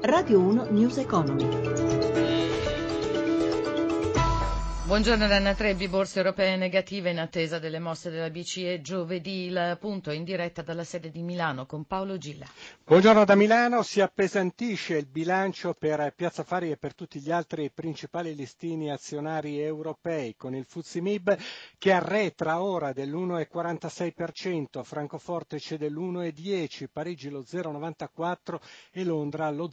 Radio 1 News Economy. Buongiorno da Anna Trebbi, borse europee negative in attesa delle mosse della BCE giovedì, il punto in diretta dalla sede di Milano con Paolo Gilla. Buongiorno da Milano, si appesantisce il bilancio per Piazza Affari e per tutti gli altri principali listini azionari europei, con il FTSE MIB che arretra ora dell'1,46%, Francoforte cede l'1,10%, Parigi lo 0,94% e Londra lo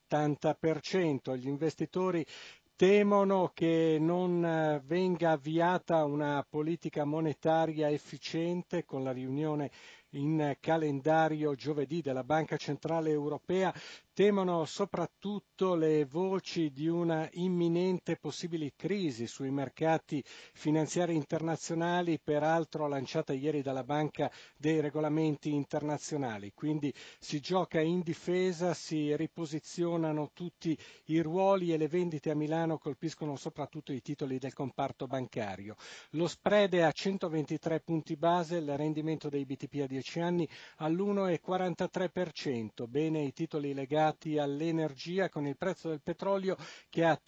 0,80%. Gli investitori temono che non venga avviata una politica monetaria efficiente con la riunione in calendario giovedì della Banca Centrale Europea. Temono soprattutto le voci di una imminente possibile crisi sui mercati finanziari internazionali, peraltro lanciata ieri dalla Banca dei Regolamenti Internazionali. Quindi si gioca in difesa, si riposizionano tutti i ruoli e le vendite a Milano colpiscono soprattutto i titoli del comparto bancario. Lo spread è a 123 punti base, il rendimento dei BTP a 10 anni all'1,43%, bene i titoli legati all'energia con il prezzo del petrolio che è a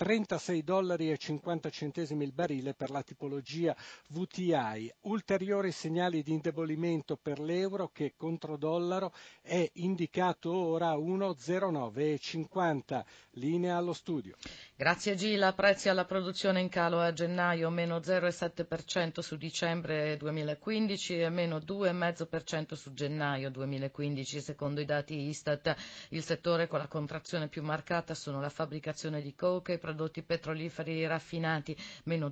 $36,50 il barile per la tipologia WTI. Ulteriori segnali di indebolimento per l'euro che contro dollaro è indicato ora a 1,0950. Linea allo studio. Grazie Gila. Prezzi alla produzione in calo a gennaio, meno 0,7% su dicembre 2015 e meno 2,5% su gennaio 2015. Secondo i dati Istat, il settore con la contrazione più marcata sono la fabbricazione di coke e i prodotti petroliferi raffinati, meno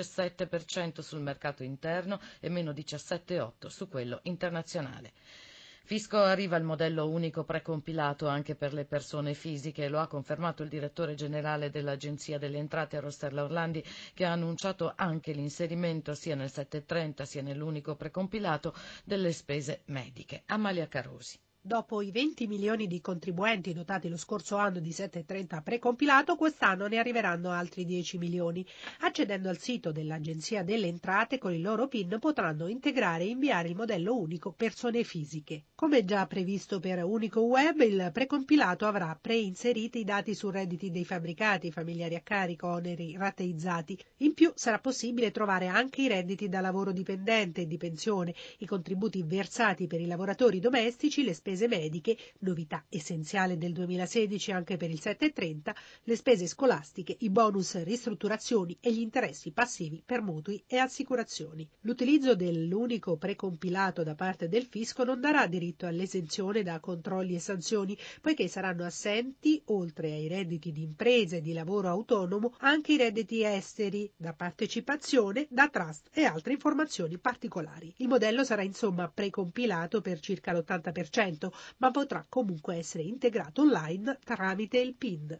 12,7% sul mercato interno e meno 17,8% su quello internazionale. Fisco arriva il modello unico precompilato anche per le persone fisiche, lo ha confermato il direttore generale dell'Agenzia delle Entrate Rossella Orlandi, che ha annunciato anche l'inserimento sia nel 730 sia nell'unico precompilato delle spese mediche. Amalia Carosi. Dopo i 20 milioni di contribuenti dotati lo scorso anno di 730 precompilato, quest'anno ne arriveranno altri 10 milioni. Accedendo al sito dell'Agenzia delle Entrate con il loro PIN potranno integrare e inviare il modello unico persone fisiche. Come già previsto per Unico Web, il precompilato avrà preinseriti i dati su redditi dei fabbricati, familiari a carico, oneri rateizzati. In più sarà possibile trovare anche i redditi da lavoro dipendente e di pensione, i contributi versati per i lavoratori domestici, le spese mediche, novità essenziale del 2016 anche per il 730, le spese scolastiche, i bonus ristrutturazioni e gli interessi passivi per mutui e assicurazioni. L'utilizzo dell'unico precompilato da parte del fisco non darà diritto all'esenzione da controlli e sanzioni, poiché saranno assenti, oltre ai redditi di imprese e di lavoro autonomo, anche i redditi esteri, da partecipazione, da trust e altre informazioni particolari. Il modello sarà insomma precompilato per circa l'80%, ma potrà comunque essere integrato online tramite il PIN.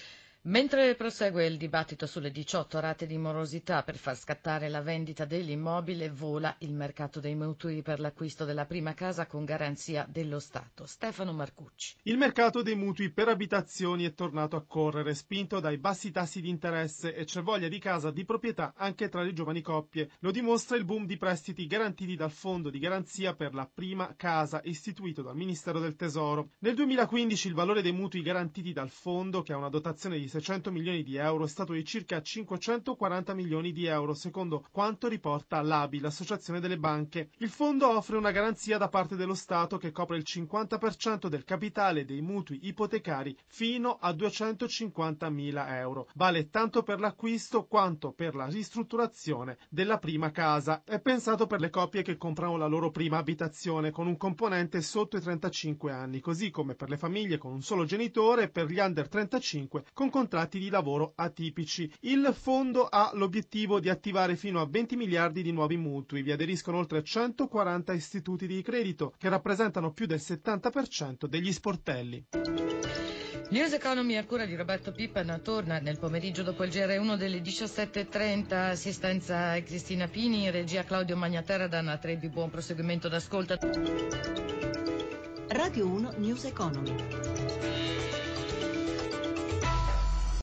Mentre prosegue il dibattito sulle 18 rate di morosità per far scattare la vendita dell'immobile, vola il mercato dei mutui per l'acquisto della prima casa con garanzia dello Stato. Stefano Marcucci. Il mercato dei mutui per abitazioni è tornato a correre, spinto dai bassi tassi di interesse, e c'è voglia di casa di proprietà anche tra le giovani coppie. Lo dimostra il boom di prestiti garantiti dal Fondo di garanzia per la prima casa istituito dal Ministero del Tesoro. Nel 2015 il valore dei mutui garantiti dal fondo, che ha una dotazione di 600 milioni di euro, è stato di circa 540 milioni di euro, secondo quanto riporta l'ABI, l'Associazione delle Banche. Il fondo offre una garanzia da parte dello Stato che copre il 50% del capitale dei mutui ipotecari fino a 250.000 euro. Vale tanto per l'acquisto quanto per la ristrutturazione della prima casa. È pensato per le coppie che comprano la loro prima abitazione con un componente sotto i 35 anni, così come per le famiglie con un solo genitore e per gli under 35 con contratti di lavoro atipici. Il fondo ha l'obiettivo di attivare fino a 20 miliardi di nuovi mutui. Vi aderiscono oltre 140 istituti di credito che rappresentano più del 70% degli sportelli. News Economy a cura di Roberto Pippan torna nel pomeriggio dopo il GR1 delle 17.30, assistenza Cristina Pini, regia Claudio Magnaterra, da Anna Trebbi. Buon proseguimento d'ascolto. Radio 1 News Economy.